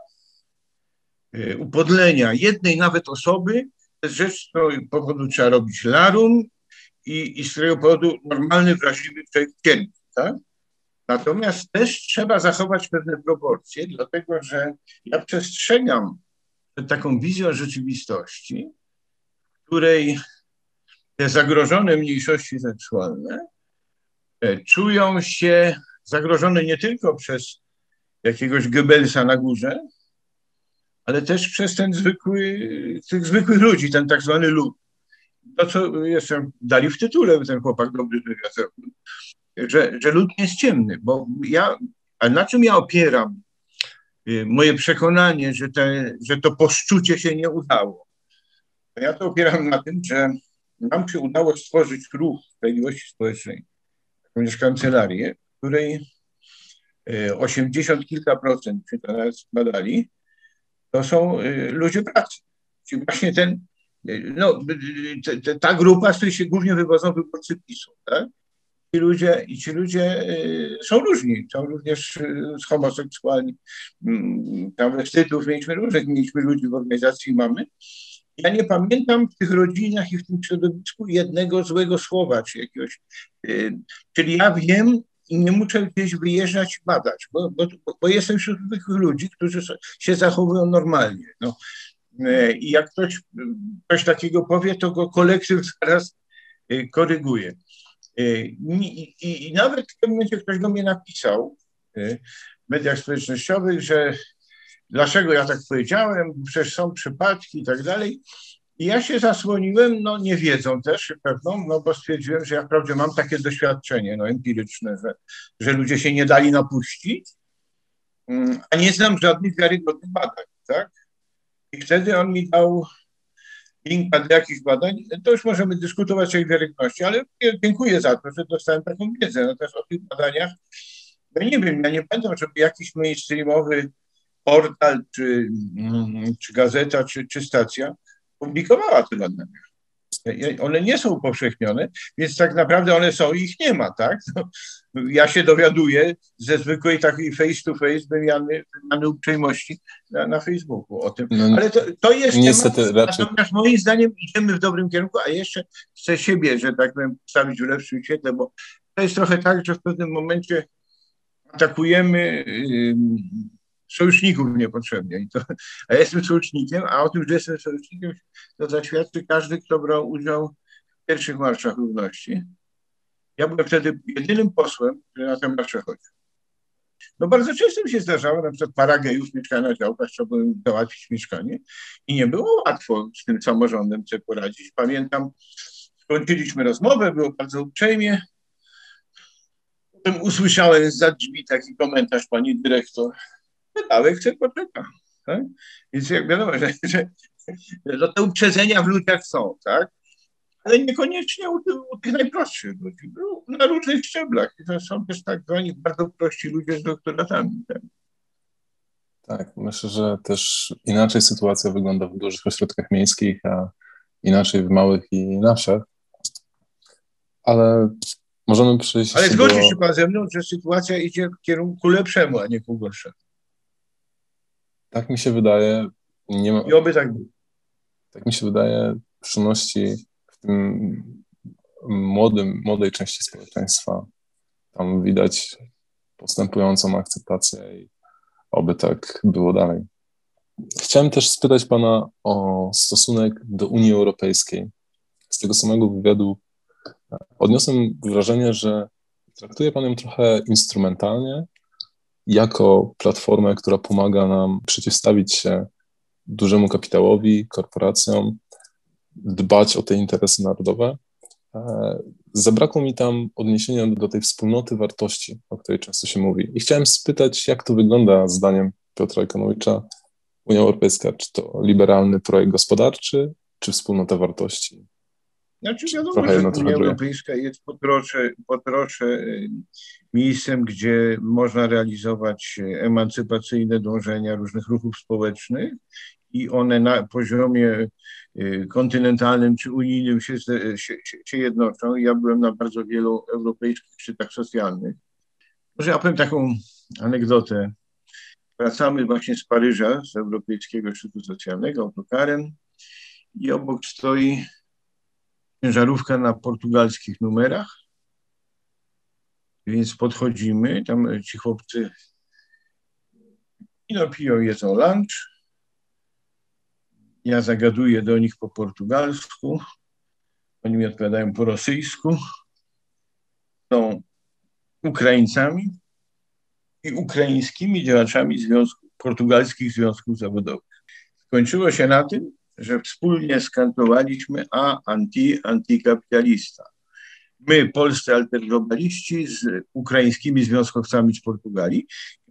upodlenia jednej nawet osoby, to jest rzecz, z którego powodu trzeba robić larum i, i z którego powodu normalny, wrażliwy człowiek cierpi, tak? Natomiast też trzeba zachować pewne proporcje, dlatego że ja przestrzegam przed taką wizją rzeczywistości, w której te zagrożone mniejszości seksualne czują się zagrożone nie tylko przez jakiegoś Goebbelsa na górze, ale też przez ten zwykły, tych zwykłych ludzi, ten tak zwany lud. To, co jeszcze dali w tytule, ten chłopak dobry wywiad zrobił, że, że lud nie jest ciemny, bo ja, a na czym ja opieram moje przekonanie, że, te, że to poszczucie się nie udało. Ja to opieram na tym, że nam się udało stworzyć ruch sprawiedliwości społecznej, jakąś kancelarię, w której osiemdziesiąt kilka procent, czy to nawet badali, to są ludzie pracy. Czyli właśnie ten, no, ta grupa, z której się głównie wywodzą wyborcy PiSu, tak? Ci ludzie, i ci ludzie są różni, są również homoseksualni. Trawestydów mieliśmy różnych, mieliśmy ludzi w organizacji mamy. Ja nie pamiętam w tych rodzinach i w tym środowisku jednego złego słowa, czy jakiegoś, czyli ja wiem i nie muszę gdzieś wyjeżdżać badać, bo, bo, bo jestem wśród tych ludzi, którzy się zachowują normalnie. No. I jak ktoś coś takiego powie, to go kolektyw zaraz koryguje. I, i, I nawet w tym momencie ktoś do mnie napisał w mediach społecznościowych, że dlaczego ja tak powiedziałem, przecież są przypadki i tak dalej. I ja się zasłoniłem, no nie wiedzą też pewną, no bo stwierdziłem, że ja wprawdzie mam takie doświadczenie no, empiryczne, że, że ludzie się nie dali napuścić, a nie znam żadnych wiarygodnych badań, tak? I wtedy on mi dał linka do jakichś badań, to już możemy dyskutować o ich wiarygodności, ale dziękuję za to, że dostałem taką wiedzę. Natomiast o tych badaniach, ja nie wiem, ja nie pamiętam, żeby jakiś mainstreamowy portal, czy, czy gazeta, czy, czy stacja publikowała te badania. One nie są upowszechnione, więc tak naprawdę one są i ich nie ma, tak? No, ja się dowiaduję ze zwykłej takiej face to face wymiany, wymiany uprzejmości na, na Facebooku o tym. No, ale to, to jest niestety temat, raczej... natomiast moim zdaniem idziemy w dobrym kierunku, a jeszcze chcę siebie, że tak powiem, postawić w lepszym świetle, bo to jest trochę tak, że w pewnym momencie atakujemy yy, sojuszników niepotrzebnie. I to, a ja jestem sojusznikiem, a o tym, że jestem sojusznikiem, to zaświadczy każdy, kto brał udział w pierwszych marszach równości. Ja byłem wtedy jedynym posłem, który na tę marszę chodził. No bardzo często mi się zdarzało, na przykład para gejów mieszkała na działkach, trzeba było załatwić mieszkanie i nie było łatwo z tym samorządem sobie poradzić. Pamiętam, skończyliśmy rozmowę, było bardzo uprzejmie. Potem usłyszałem zza drzwi taki komentarz pani dyrektor. Wydałek chce poczeka. Tak? Więc jak wiadomo, że, że no te uprzedzenia w ludziach są, tak? Ale niekoniecznie u, u tych najprostszych ludzi, na różnych szczeblach. I to są też tak zwani bardzo prości ludzie z doktoratami. Tak? Tak, myślę, że też inaczej sytuacja wygląda w dużych ośrodkach miejskich, a inaczej w małych i na wsiach. Ale możemy przejść Ale do... zgodzisz się pan ze mną, że sytuacja idzie w kierunku lepszemu, a nie ku gorszemu. Tak mi się wydaje. Nie ma... I oby tak było. Tak mi się wydaje, w szczególności w tym młodym, młodej części społeczeństwa. Tam widać postępującą akceptację i oby tak było dalej. Chciałem też spytać pana o stosunek do Unii Europejskiej. Z tego samego wywiadu odniosłem wrażenie, że traktuje pan ją trochę instrumentalnie, jako platformę, która pomaga nam przeciwstawić się dużemu kapitałowi, korporacjom, dbać o te interesy narodowe. Zabrakło mi tam odniesienia do tej wspólnoty wartości, o której często się mówi. I chciałem spytać, jak to wygląda zdaniem Piotra Ekonowicza, Unia Europejska, czy to liberalny projekt gospodarczy, czy wspólnota wartości? Znaczy wiadomo, Trochę że jedno, Unia trochę drugie. Europejska jest po trosze, po trosze miejscem, gdzie można realizować emancypacyjne dążenia różnych ruchów społecznych i one na poziomie kontynentalnym czy unijnym się, się, się jednoczą. Ja byłem na bardzo wielu europejskich szczytach socjalnych. Może ja powiem taką anegdotę. Wracamy właśnie z Paryża, z Europejskiego Szczytu Socjalnego autokarem i obok stoi ciężarówka na portugalskich numerach, więc podchodzimy, tam ci chłopcy no, piją, jedzą lunch, ja zagaduję do nich po portugalsku, oni mi odpowiadają po rosyjsku, są Ukraińcami i ukraińskimi działaczami związków, portugalskich związków zawodowych. Skończyło się na tym, że wspólnie skantowaliśmy A anti, antykapitalista. My, polscy alterglobaliści z ukraińskimi związkowcami z Portugalii.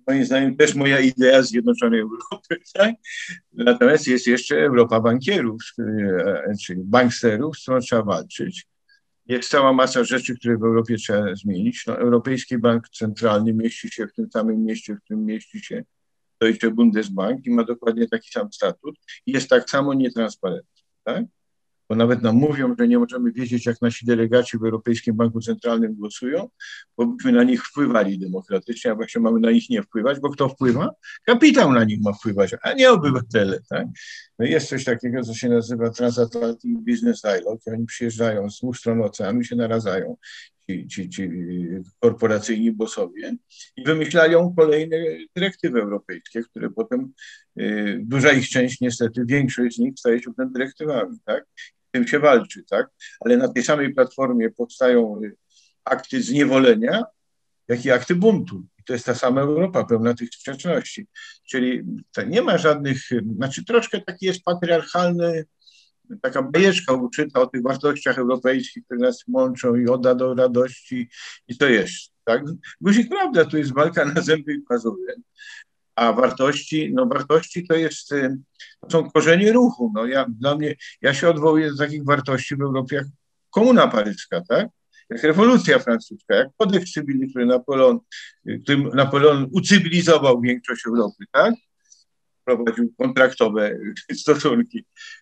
moim zdaniem też moja idea Zjednoczonej Europy, tak? Natomiast jest jeszcze Europa bankierów, czyli banksterów, z którą trzeba walczyć. Jest cała masa rzeczy, które w Europie trzeba zmienić. No, Europejski Bank Centralny mieści się w tym samym mieście, w którym mieści się Deutsche Bundesbank i ma dokładnie taki sam statut. I jest tak samo nietransparentny, tak? Bo nawet nam mówią, że nie możemy wiedzieć, jak nasi delegaci w Europejskim Banku Centralnym głosują, bo byśmy na nich wpływali demokratycznie, a właśnie mamy na nich nie wpływać, bo kto wpływa? Kapitał na nich ma wpływać, a nie obywatele. Tak? No jest coś takiego, co się nazywa Transatlantic Business Dialogue. Oni przyjeżdżają z dwóch stron oceanu, się naradzają, ci, ci, ci korporacyjni bossowie i wymyślają kolejne dyrektywy europejskie, które potem y, duża ich część, niestety większość z nich staje się potem dyrektywami, tak? Tym się walczy, tak? Ale na tej samej platformie powstają akty zniewolenia, jak i akty buntu. I to jest ta sama Europa, pełna tych sprzeczności. Czyli nie ma żadnych, znaczy troszkę taki jest patriarchalny, taka bajeczka uczyta o tych wartościach europejskich, które nas łączą i odda do radości i to jest, tak? Guzik, prawda, tu jest walka na zęby i pazury. A wartości, no wartości to jest, to są korzenie ruchu. No ja, dla mnie, ja się odwołuję do takich wartości w Europie jak Komuna Paryska, tak? Jak rewolucja francuska, jak kodeks cywilny, który Napoleon, którym Napoleon ucywilizował większość Europy, tak? Prowadził kontraktowe stosunki.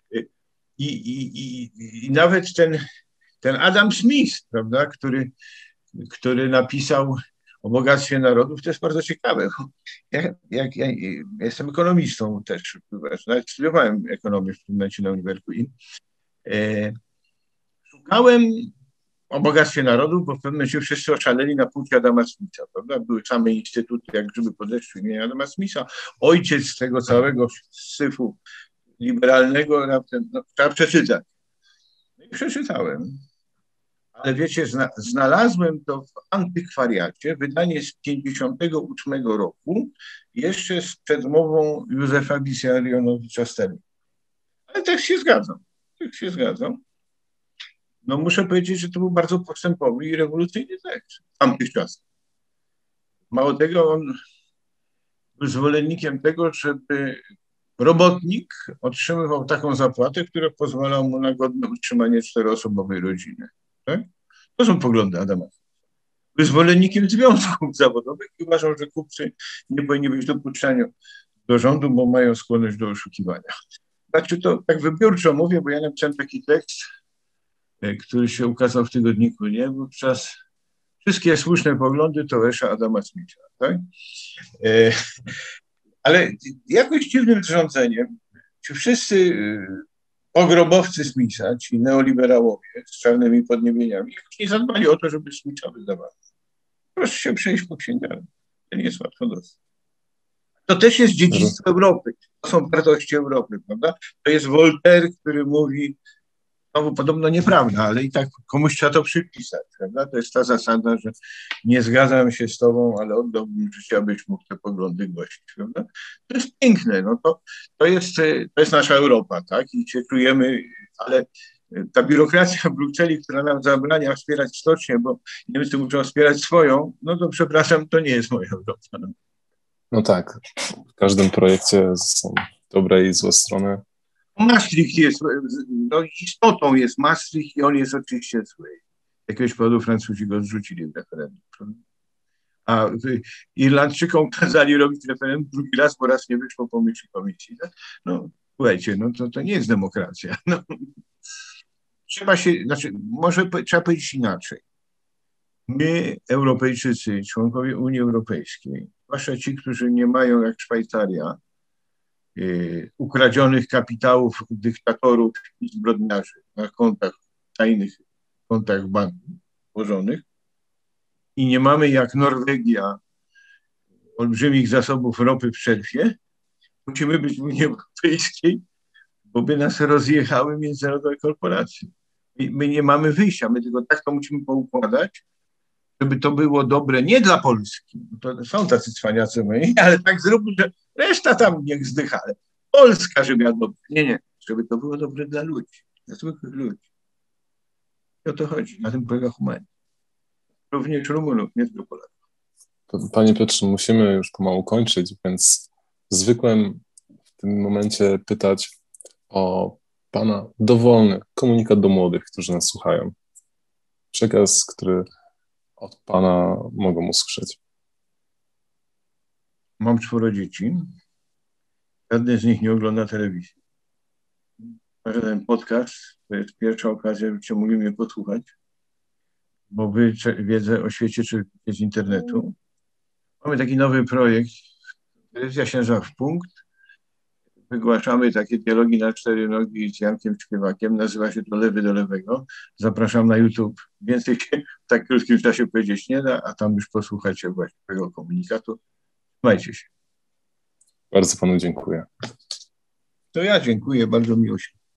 I, i, i, i nawet ten, ten Adam Smith, prawda, który, który napisał o bogactwie narodów, to jest bardzo ciekawe. Ja, jak, ja jestem ekonomistą też, nawet studiowałem ekonomię w tym momencie na Uniwersytecie. E, szukałem o bogactwie narodów, bo w pewnym momencie wszyscy oszaleli na płci Adama Smitha, prawda? Były same instytuty, jak grzyby po deszczu imienia Adama Smitha. Ojciec tego całego syfu liberalnego, no, trzeba przeczytać. No i przeczytałem. Ale wiecie, zna, znalazłem to w antykwariacie, wydanie z pięćdziesiątego ósmego roku, jeszcze z przedmową Józefa Wissarionowicza Stalina. Ale też się zgadzam, też się zgadzam. No muszę powiedzieć, że to był bardzo postępowy i rewolucyjny tekst w tamtych czasach. Mało tego, on był zwolennikiem tego, żeby robotnik otrzymywał taką zapłatę, która pozwala mu na godne utrzymanie czteroosobowej rodziny. Tak? To są poglądy Adama. Był zwolennikiem związków zawodowych i uważał, że kupcy nie powinni być dopuszczani do rządu, bo mają skłonność do oszukiwania. Znaczy to tak wybiórczo mówię, bo ja napisałem taki tekst, który się ukazał w tygodniku, nie? Wówczas wszystkie słuszne poglądy to Esza Adama Smitha. Tak? E, ale jakoś dziwnym zrządzeniem, ci wszyscy pogrobowcy Smitha, ci neoliberałowie z czarnymi podniebieniami, jakoś nie zadbali o to, żeby Smitha wydawać. Proszę się przejść po księgarni. To nie jest łatwo dostać. To też jest dziedzictwo Europy. To są wartości Europy, prawda? To jest Voltaire, który mówi, no podobno nieprawda, ale i tak komuś trzeba to przypisać, prawda? To jest ta zasada, że nie zgadzam się z tobą, ale oddałbym życie, abyś mógł te poglądy głosić, prawda? To jest piękne, no to, to, jest, to jest nasza Europa, tak? I się czujemy, ale ta biurokracja w Brukseli, która nam zabrania wspierać stocznie, bo Niemcy muszą wspierać swoją, no to przepraszam, to nie jest moja Europa. No, no tak, w każdym projekcie są dobre i złe strony. Maastricht jest, no istotą jest Maastricht i on jest oczywiście zły. Z jakiegoś powodu Francuzi go odrzucili w referendum. A Irlandczykom kazali robić referendum drugi raz, bo raz nie wyszło po myśli komisji. No słuchajcie, no to, to nie jest demokracja. No. Trzeba się, znaczy może trzeba powiedzieć inaczej. My, Europejczycy, członkowie Unii Europejskiej, zwłaszcza ci, którzy nie mają jak Szwajcaria, ukradzionych kapitałów dyktatorów i zbrodniarzy na kontach, tajnych kontach banków włożonych i nie mamy jak Norwegia olbrzymich zasobów ropy w szerfie, musimy być w Unii Europejskiej, bo by nas rozjechały międzynarodowe korporacje. My, my nie mamy wyjścia, my tylko tak to musimy poukładać, żeby to było dobre nie dla Polski, to są tacy cwaniacy moi, ale tak zróbmy, że reszta tam niech zdycha, ale Polska, żeby miała dobre. Nie, nie, żeby to było dobre dla ludzi, dla zwykłych ludzi. I o to chodzi, na tym polega humanizm. Również Rumunów, nie tylko Polaków. Panie Piotrze, musimy już pomału kończyć, więc zwykłem w tym momencie pytać o Pana dowolny komunikat do młodych, którzy nas słuchają. Przekaz, który od Pana mogą usłyszeć. Mam czworo dzieci. Żadne z nich nie ogląda telewizji. Że ten podcast to jest pierwsza okazja, żebyście mogli mnie posłuchać, bo wy wiedzę o świecie czerpiecie z internetu. Mamy taki nowy projekt, Telewizja Księża w punkt. Wygłaszamy takie dialogi na cztery nogi z Jankiem Śpiewakiem. Nazywa się to Lewy do Lewego. Zapraszam na YouTube. Więcej się w tak krótkim czasie powiedzieć nie da, a tam już posłuchacie właśnie tego komunikatu. Trzymajcie się. Bardzo Panu dziękuję. To ja dziękuję, bardzo miło się.